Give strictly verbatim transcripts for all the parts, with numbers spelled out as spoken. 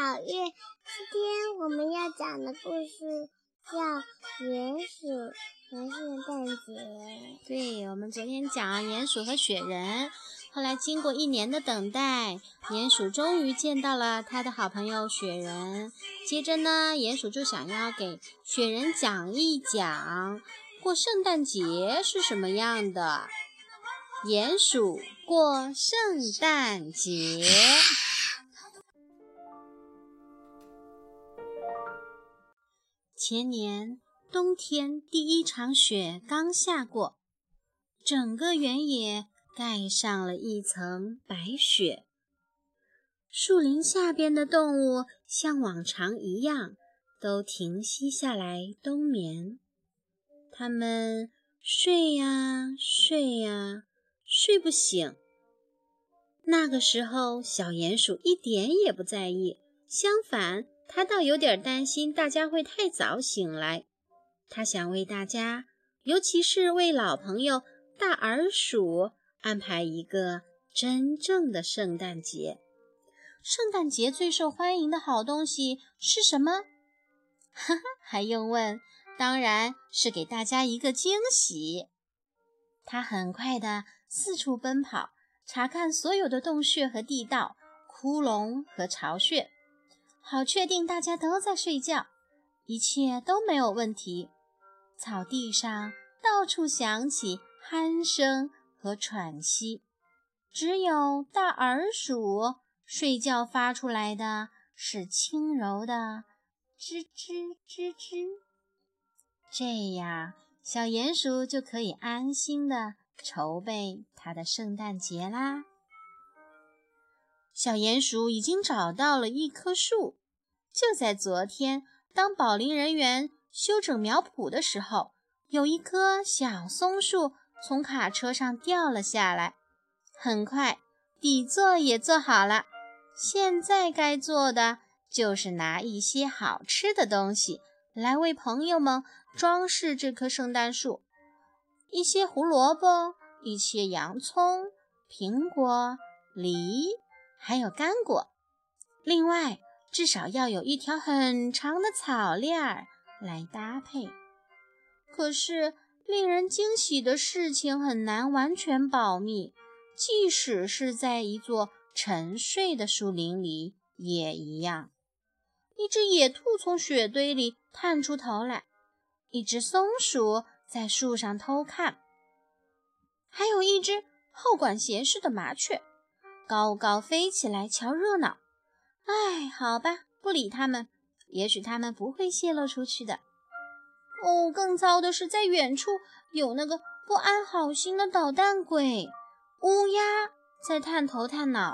小月，今天我们要讲的故事叫《鼹鼠和圣诞节》。 对，我们昨天讲鼹鼠和雪人，后来经过一年的等待，鼹鼠终于见到了他的好朋友雪人。接着呢，鼹鼠就想要给雪人讲一讲过圣诞节是什么样的。鼹鼠过圣诞节。前年冬天第一场雪刚下过，整个原野盖上了一层白雪。树林下边的动物像往常一样，都停息下来冬眠。它们睡呀睡呀，睡不醒。那个时候，小鼹鼠一点也不在意，相反，他倒有点担心大家会太早醒来。他想为大家，尤其是为老朋友大耳鼠安排一个真正的圣诞节。圣诞节最受欢迎的好东西是什么？哈哈，还用问？当然是给大家一个惊喜。他很快地四处奔跑，查看所有的洞穴和地道、窟窿和巢穴，好确定大家都在睡觉，一切都没有问题。草地上到处响起鼾声和喘息，只有大耳鼠睡觉发出来的是轻柔的吱吱吱吱。这样，小鼹鼠就可以安心地筹备它的圣诞节啦。小鼹鼠已经找到了一棵树，就在昨天，当保龄人员修整苗圃的时候，有一棵小松树从卡车上掉了下来。很快，底座也做好了，现在该做的就是拿一些好吃的东西来为朋友们装饰这棵圣诞树。一些胡萝卜，一些洋葱、苹果、梨，还有干果。另外，至少要有一条很长的草链儿来搭配。可是，令人惊喜的事情很难完全保密，即使是在一座沉睡的树林里也一样。一只野兔从雪堆里探出头来，一只松鼠在树上偷看，还有一只好管闲事的麻雀高高飞起来瞧热闹。哎，好吧，不理他们，也许他们不会泄露出去的。哦，更糟的是，在远处有那个不安好心的捣蛋鬼乌鸦在探头探脑。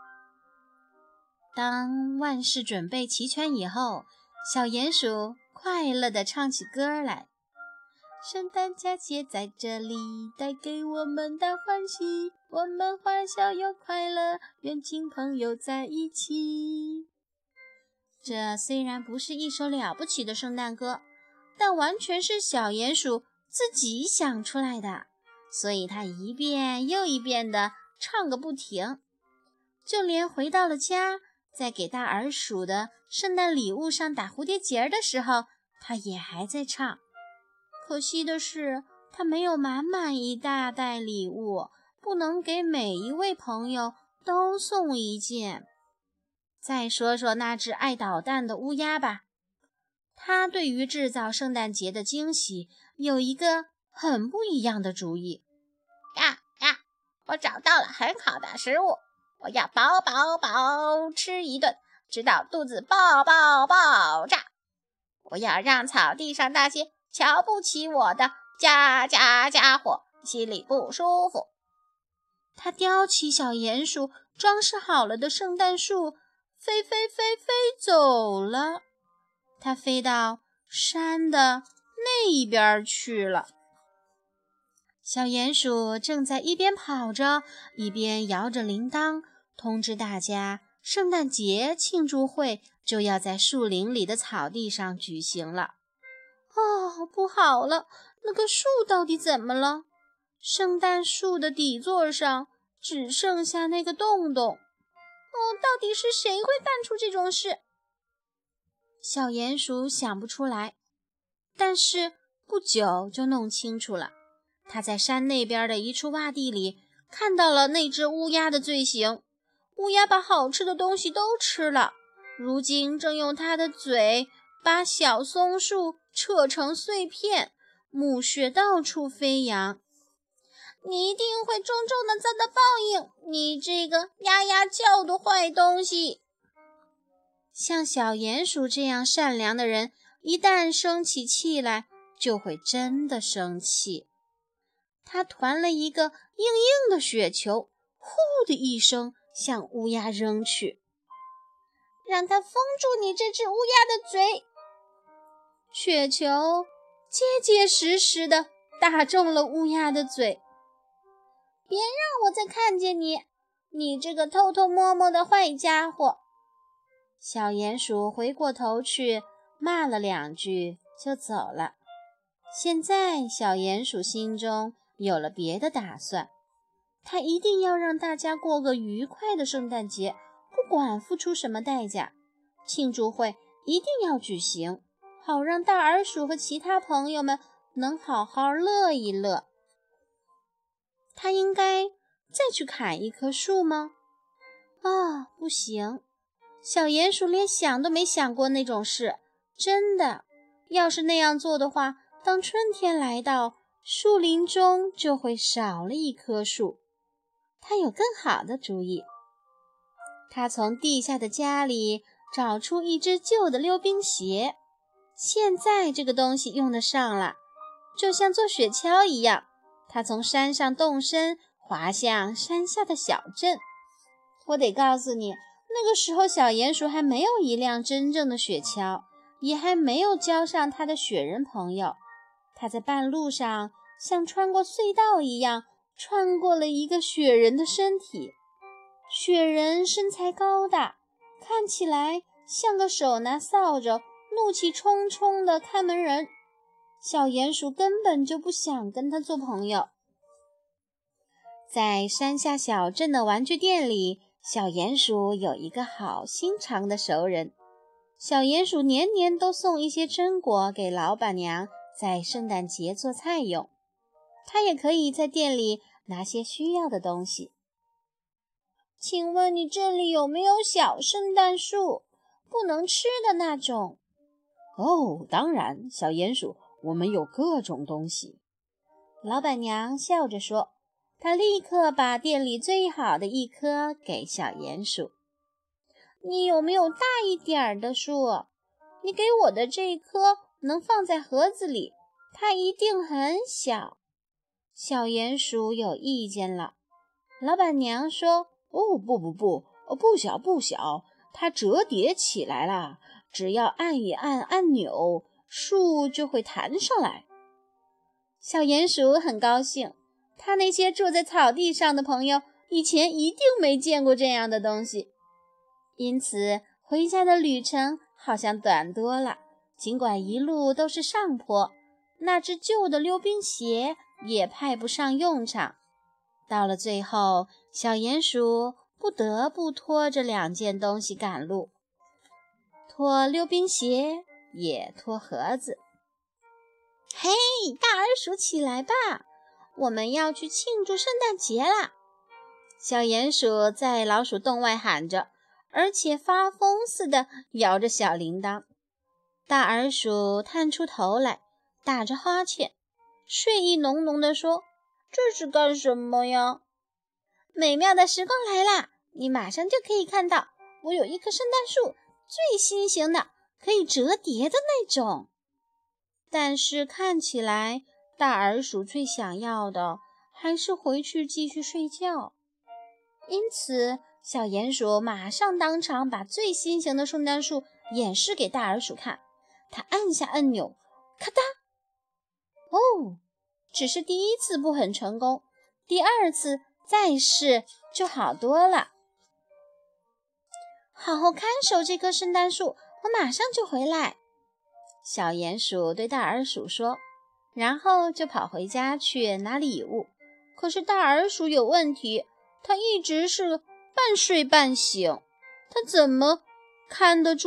当万事准备齐全以后，小鼹鼠快乐地唱起歌来。圣诞佳节在这里，带给我们的欢喜，我们欢笑又快乐，愿亲朋友在一起。这虽然不是一首了不起的圣诞歌，但完全是小鼹鼠自己想出来的，所以他一遍又一遍地唱个不停。就连回到了家，在给大耳鼠的圣诞礼物上打蝴蝶结的时候，他也还在唱。可惜的是，他没有满满一大袋礼物，不能给每一位朋友都送一件。再说说那只爱捣蛋的乌鸦吧，他对于制造圣诞节的惊喜有一个很不一样的主意。 呀呀，我找到了很好的食物，我要饱饱饱吃一顿，直到肚子爆爆爆炸。我要让草地上那些瞧不起我的家家家伙心里不舒服。 他叼起小鼹鼠装饰好了的圣诞树，飞飞飞飞走了。他飞到山的那一边去了。小鼹鼠正在一边跑着，一边摇着铃铛，通知大家圣诞节庆祝会就要在树林里的草地上举行了。哦，不好了，那个树到底怎么了？圣诞树的底座上只剩下那个洞洞。哦，到底是谁会干出这种事？ 小鼹鼠想不出来，但是不久就弄清楚了。他在山那边的一处洼地里看到了那只乌鸦的罪行。乌鸦把好吃的东西都吃了，如今正用它的嘴把小松树扯成碎片，木屑到处飞扬。 你一定会重重的遭到报应，你这个呀呀叫的坏东西。 像小鼹鼠这样善良的人，一旦生起气来，就会真的生气。他团了一个硬硬的雪球，呼的一声向乌鸦扔去。 让它封住你这只乌鸦的嘴。 雪球结结实实地打中了乌鸦的嘴。 别让我再看见你，你这个偷偷摸摸的坏家伙。 小鼹鼠回过头去骂了两句就走了。现在小鼹鼠心中有了别的打算，他一定要让大家过个愉快的圣诞节，不管付出什么代价。庆祝会一定要举行，好让大耳鼠和其他朋友们能好好乐一乐。他应该再去砍一棵树吗？啊，不行，小鼹鼠连想都没想过那种事。真的，要是那样做的话，当春天来到，树林中就会少了一棵树。他有更好的主意。他从地下的家里找出一只旧的溜冰鞋，现在这个东西用得上了，就像做雪橇一样。他从山上动身，滑向山下的小镇。我得告诉你，那个时候小鼹鼠还没有一辆真正的雪橇，也还没有交上他的雪人朋友。他在半路上像穿过隧道一样穿过了一个雪人的身体。雪人身材高大，看起来像个手拿扫帚、怒气冲冲的看门人。小鼹鼠根本就不想跟他做朋友。在山下小镇的玩具店里，小鼹鼠有一个好心肠的熟人。小鼹鼠年年都送一些榛果给老板娘，在圣诞节做菜用。他也可以在店里拿些需要的东西。 请问你这里有没有小圣诞树？不能吃的那种？ 哦，当然，小鼹鼠，我们有各种东西。 老板娘笑着说，她立刻把店里最好的一棵给小鼹鼠。 你有没有大一点的树？你给我的这棵能放在盒子里，它一定很小。 小鼹鼠有意见了。老板娘说， 哦，不不不，不小不小，它折叠起来了，只要按一按按钮，树就会弹上来。 小鼹鼠很高兴，他那些住在草地上的朋友以前一定没见过这样的东西，因此回家的旅程好像短多了。尽管一路都是上坡，那只旧的溜冰鞋也派不上用场。到了最后，小鼹鼠不得不拖着两件东西赶路，拖溜冰鞋，也拖盒子。 嘿，大耳鼠起来吧，我们要去庆祝圣诞节啦！ 小鼹鼠在老鼠洞外喊着，而且发疯似的摇着小铃铛。大耳鼠探出头来，打着哈欠，睡意浓浓地说， 这是干什么呀？ 美妙的时光来啦，你马上就可以看到，我有一棵圣诞树，最新型的，可以折叠的那种。但是看起来大耳鼠最想要的还是回去继续睡觉。因此小鼹鼠马上当场把最新型的圣诞树演示给大耳鼠看。他按下按钮，咔嗒，哦，只是第一次不很成功，第二次再试就好多了。好好看守这棵圣诞树，我马上就回来。小鼹鼠对大耳鼠说，然后就跑回家去拿礼物。可是大耳鼠有问题，它一直是半睡半醒，它怎么看得住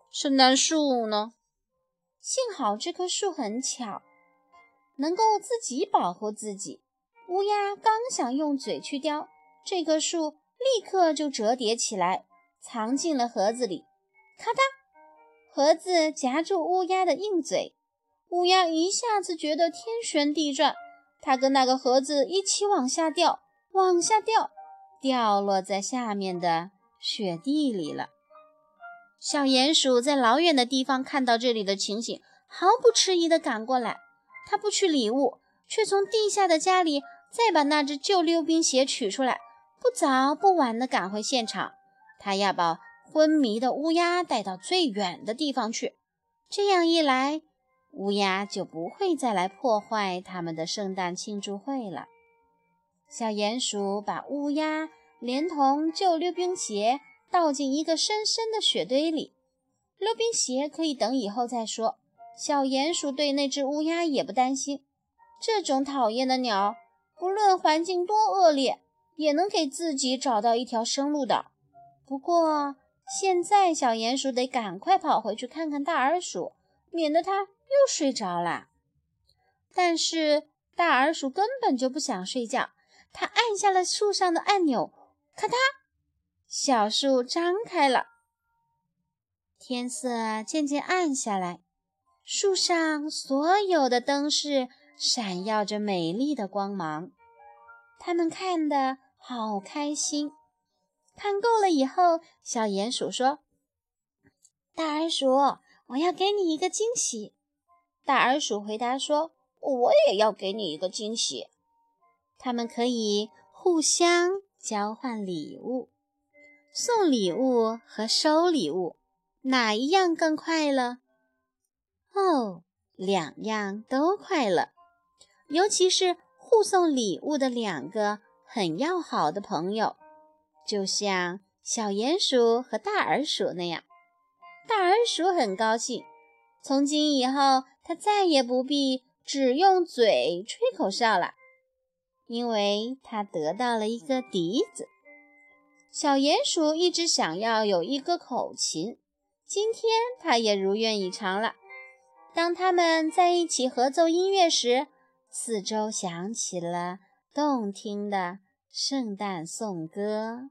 圣诞树呢？幸好这棵树很巧，能够自己保护自己。乌鸦刚想用嘴去叼，这棵树立刻就折叠起来，藏进了盒子里。咔嗒，盒子夹住乌鸦的硬嘴，乌鸦一下子觉得天旋地转，它跟那个盒子一起往下掉，往下掉，掉落在下面的雪地里了。小鼹鼠在老远的地方看到这里的情形，毫不迟疑地赶过来。他不取礼物，却从地下的家里再把那只旧溜冰鞋取出来，不早不晚地赶回现场。他要把昏迷的乌鸦带到最远的地方去，这样一来，乌鸦就不会再来破坏他们的圣诞庆祝会了。小鼹鼠把乌鸦连同旧溜冰鞋倒进一个深深的雪堆里，溜冰鞋可以等以后再说。小鼹鼠对那只乌鸦也不担心，这种讨厌的鸟，不论环境多恶劣，也能给自己找到一条生路的。不过现在小鼹鼠得赶快跑回去看看大耳鼠，免得它又睡着了。但是大耳鼠根本就不想睡觉，它按下了树上的按钮，咔嗒，小树张开了。天色渐渐暗下来，树上所有的灯饰闪耀着美丽的光芒，它们看得好开心。看够了以后，小鼹鼠说：大耳鼠，我要给你一个惊喜。大耳鼠回答说：我也要给你一个惊喜。他们可以互相交换礼物。送礼物和收礼物，哪一样更快乐？哦，两样都快乐。尤其是互送礼物的两个很要好的朋友，就像小鼹鼠和大耳鼠那样。大耳鼠很高兴，从今以后，它再也不必只用嘴吹口哨了，因为它得到了一个笛子。小鼹鼠一直想要有一个口琴，今天它也如愿以偿了。当他们在一起合奏音乐时，四周响起了动听的圣诞颂歌。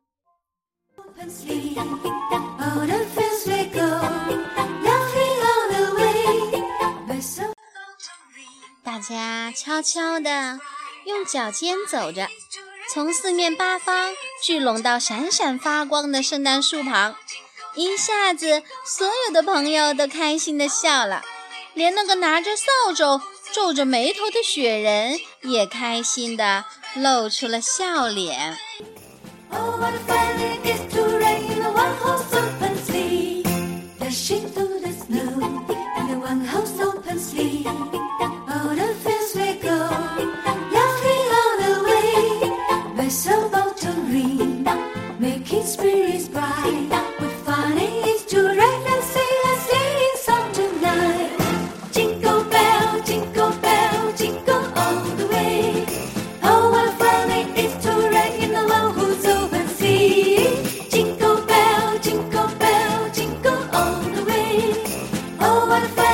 大家悄悄地用脚尖走着，从四面八方聚拢到闪闪发光的圣诞树旁，一下子所有的朋友都开心地笑了，连那个拿着扫帚皱着眉头的雪人也开心地露出了笑脸。Oh, what a feeling it is to ride in a one-horse open sleigh, dashing through the snow in a one-horse open sleigh. Oh, the fields we go, laughing all the way, bells about to ring, making spirits bright. What fun it is to ride and sing a sleighing song tonight. Jingle bell, jingle bell, jingle all the way. Oh, what fun it is to ride in a one-horse open sleigh. Jingle bell, jingle bell, jingle all the way. Oh, what fun